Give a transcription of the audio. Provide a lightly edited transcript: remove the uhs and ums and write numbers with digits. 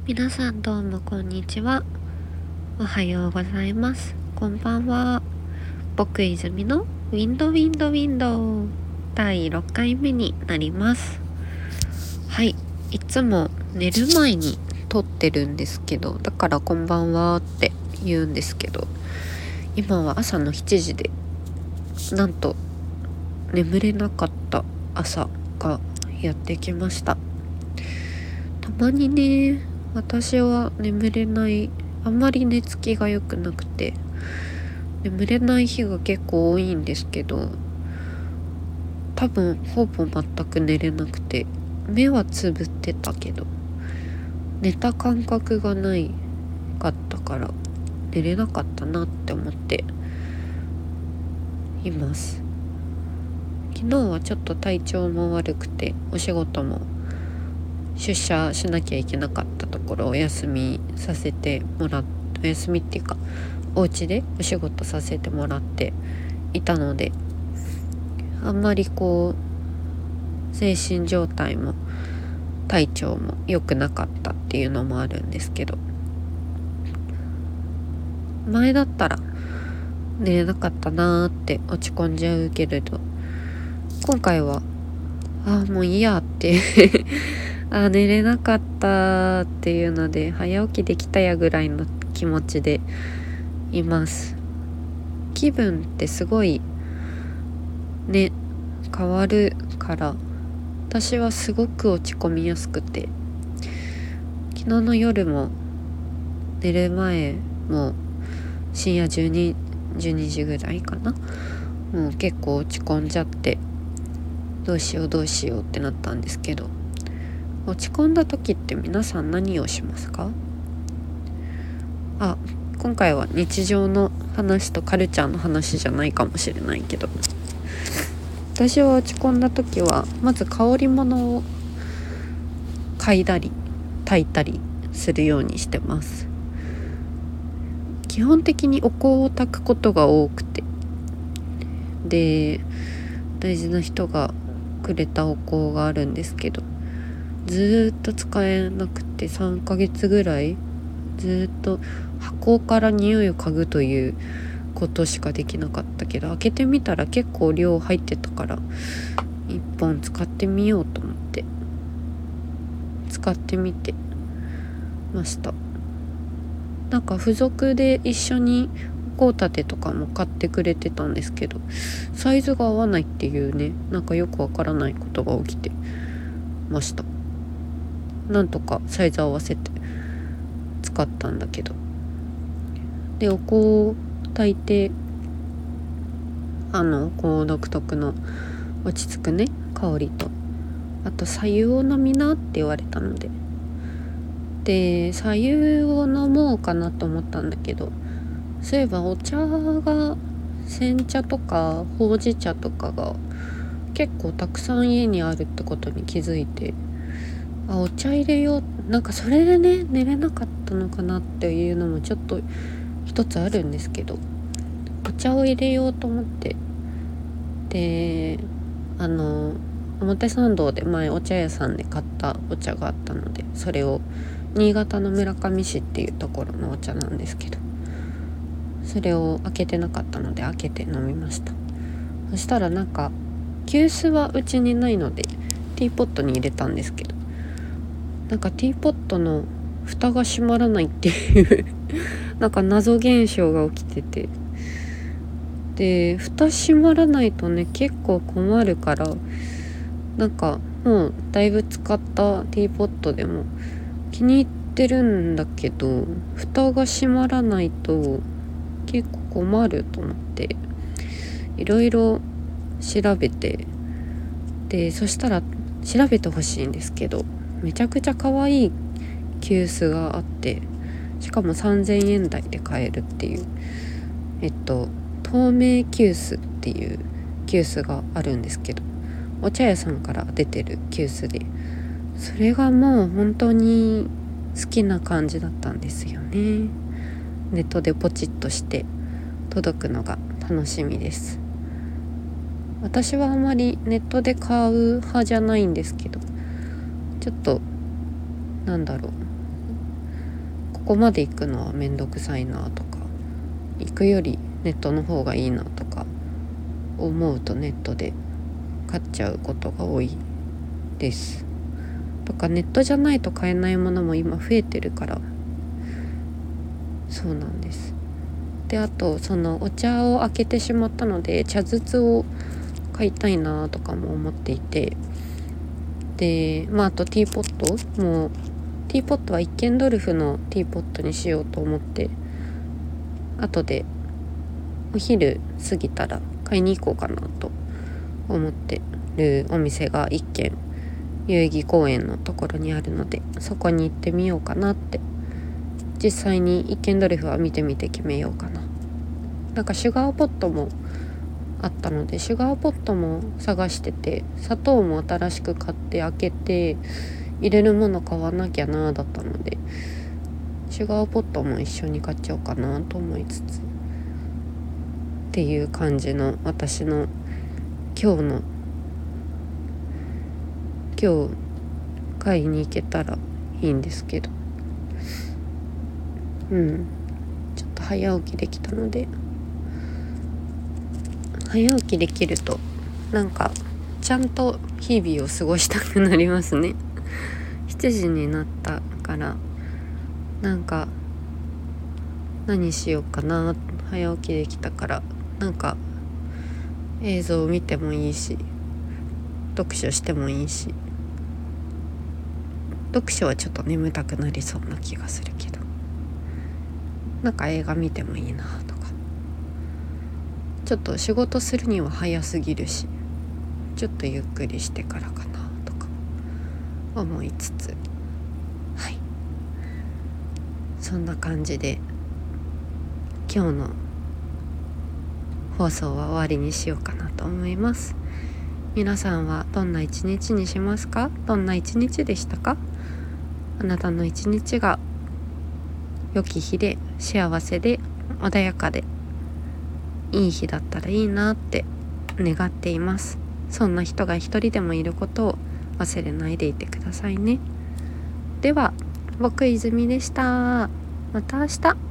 皆さんどうもこんにちは。おはようございます。こんばんは。僕泉のウィンドウィンドウィンド第6回目になります。はい、いつも寝る前に撮ってるんですけど、だからこんばんはって言うんですけど、今は朝の7時で、なんと眠れなかった朝がやってきました。たまにね、私は眠れない、あんまり寝つきが良くなくて眠れない日が結構多いんですけど、多分ほぼ全く寝れなくて、目はつぶってたけど寝た感覚がないかったから寝れなかったなって思っています。昨日はちょっと体調も悪くて、お仕事も出社しなきゃいけなかったところお休みさせてもらって、お休みっていうかお家でお仕事させてもらっていたので、あんまり精神状態も体調も良くなかったっていうのもあるんですけど、前だったら寝れなかったなーって落ち込んじゃうけれど、今回はもういいやって寝れなかったっていうので早起きできたやぐらいの気持ちでいます。気分ってすごいね、変わるから、私はすごく落ち込みやすくて、昨日の夜も寝る前も深夜12時ぐらいかな、もう結構落ち込んじゃって、どうしようってなったんですけど、落ち込んだ時って皆さん何をしますか？今回は日常の話とカルチャーの話じゃないかもしれないけど、私は落ち込んだ時はまず香り物を嗅いだり炊いたりするようにしてます。基本的にお香を焚くことが多くて、で大事な人がくれたお香があるんですけど、ずっと使えなくて3ヶ月ぐらいずっと箱から匂いを嗅ぐということしかできなかったけど、開けてみたら結構量入ってたから1本使ってみようと思って使ってみてました。なんか付属で一緒にお香立てとかも買ってくれてたんですけど、サイズが合わないっていうね、なんかよくわからないことが起きてました。なんとかサイズ合わせて使ったんだけど、でお香を炊いて、お香独特の落ち着くね香りと、あと白湯を飲みなって言われたので白湯を飲もうかなと思ったんだけど、そういえばお茶が煎茶とかほうじ茶とかが結構たくさん家にあるってことに気づいて、お茶入れよう、なんかそれでね寝れなかったのかなっていうのもちょっと一つあるんですけど、お茶を入れようと思って、で表参道で前お茶屋さんで買ったお茶があったので、それを新潟の村上市っていうところのお茶なんですけど、それを開けてなかったので開けて飲みました。そしたらなんか急須はうちにないのでティーポットに入れたんですけど、なんかティーポットの蓋が閉まらないっていうなんか謎現象が起きてて、で蓋閉まらないとね結構困るから、なんかもうだいぶ使ったティーポットでも気に入ってるんだけど、蓋が閉まらないと結構困ると思っていろいろ調べて、でそしたら調べてほしいんですけど、めちゃくちゃ可愛い急須があって、しかも3000円台で買えるっていう、透明急須っていう急須があるんですけど、お茶屋さんから出てる急須で、それがもう本当に好きな感じだったんですよね。ネットでポチッとして届くのが楽しみです。私はあまりネットで買う派じゃないんですけど、ちょっとなんだろう、 こまで行くのはめんどくさいなとか、行くよりネットの方がいいなとか思うとネットで買っちゃうことが多いです。とかネットじゃないと買えないものも今増えてるから、そうなんです。であとそのお茶を開けてしまったので茶筒を買いたいなとかも思っていて、であとティーポットも、ティーポットは一見ドルフのティーポットにしようと思って、後でお昼過ぎたら買いに行こうかなと思ってるお店が一軒代々木公園のところにあるので、そこに行ってみようかなって、実際に一見ドルフは見てみて決めようかな。なんかシュガーポットもあったのでシュガーポットも探してて、砂糖も新しく買って開けて入れるもの買わなきゃなだったので、シュガーポットも一緒に買っちゃおうかなと思いつつっていう感じの私の今日買いに行けたらいいんですけど、ちょっと早起きできたので、早起きできるとなんかちゃんと日々を過ごしたくなりますね。7時になったからなんか何しようかな、早起きできたからなんか映像を見てもいいし読書してもいいし、読書はちょっと眠たくなりそうな気がするけど、なんか映画見てもいいなとか、ちょっと仕事するには早すぎるしちょっとゆっくりしてからかなとか思いつつ、はい、そんな感じで今日の放送は終わりにしようかなと思います。皆さんはどんな一日にしますか？どんな一日でしたか？あなたの一日が良き日で幸せで穏やかでいい日だったらいいなって願っています。そんな人が一人でもいることを忘れないでいてくださいね。では、僕泉でした。また明日。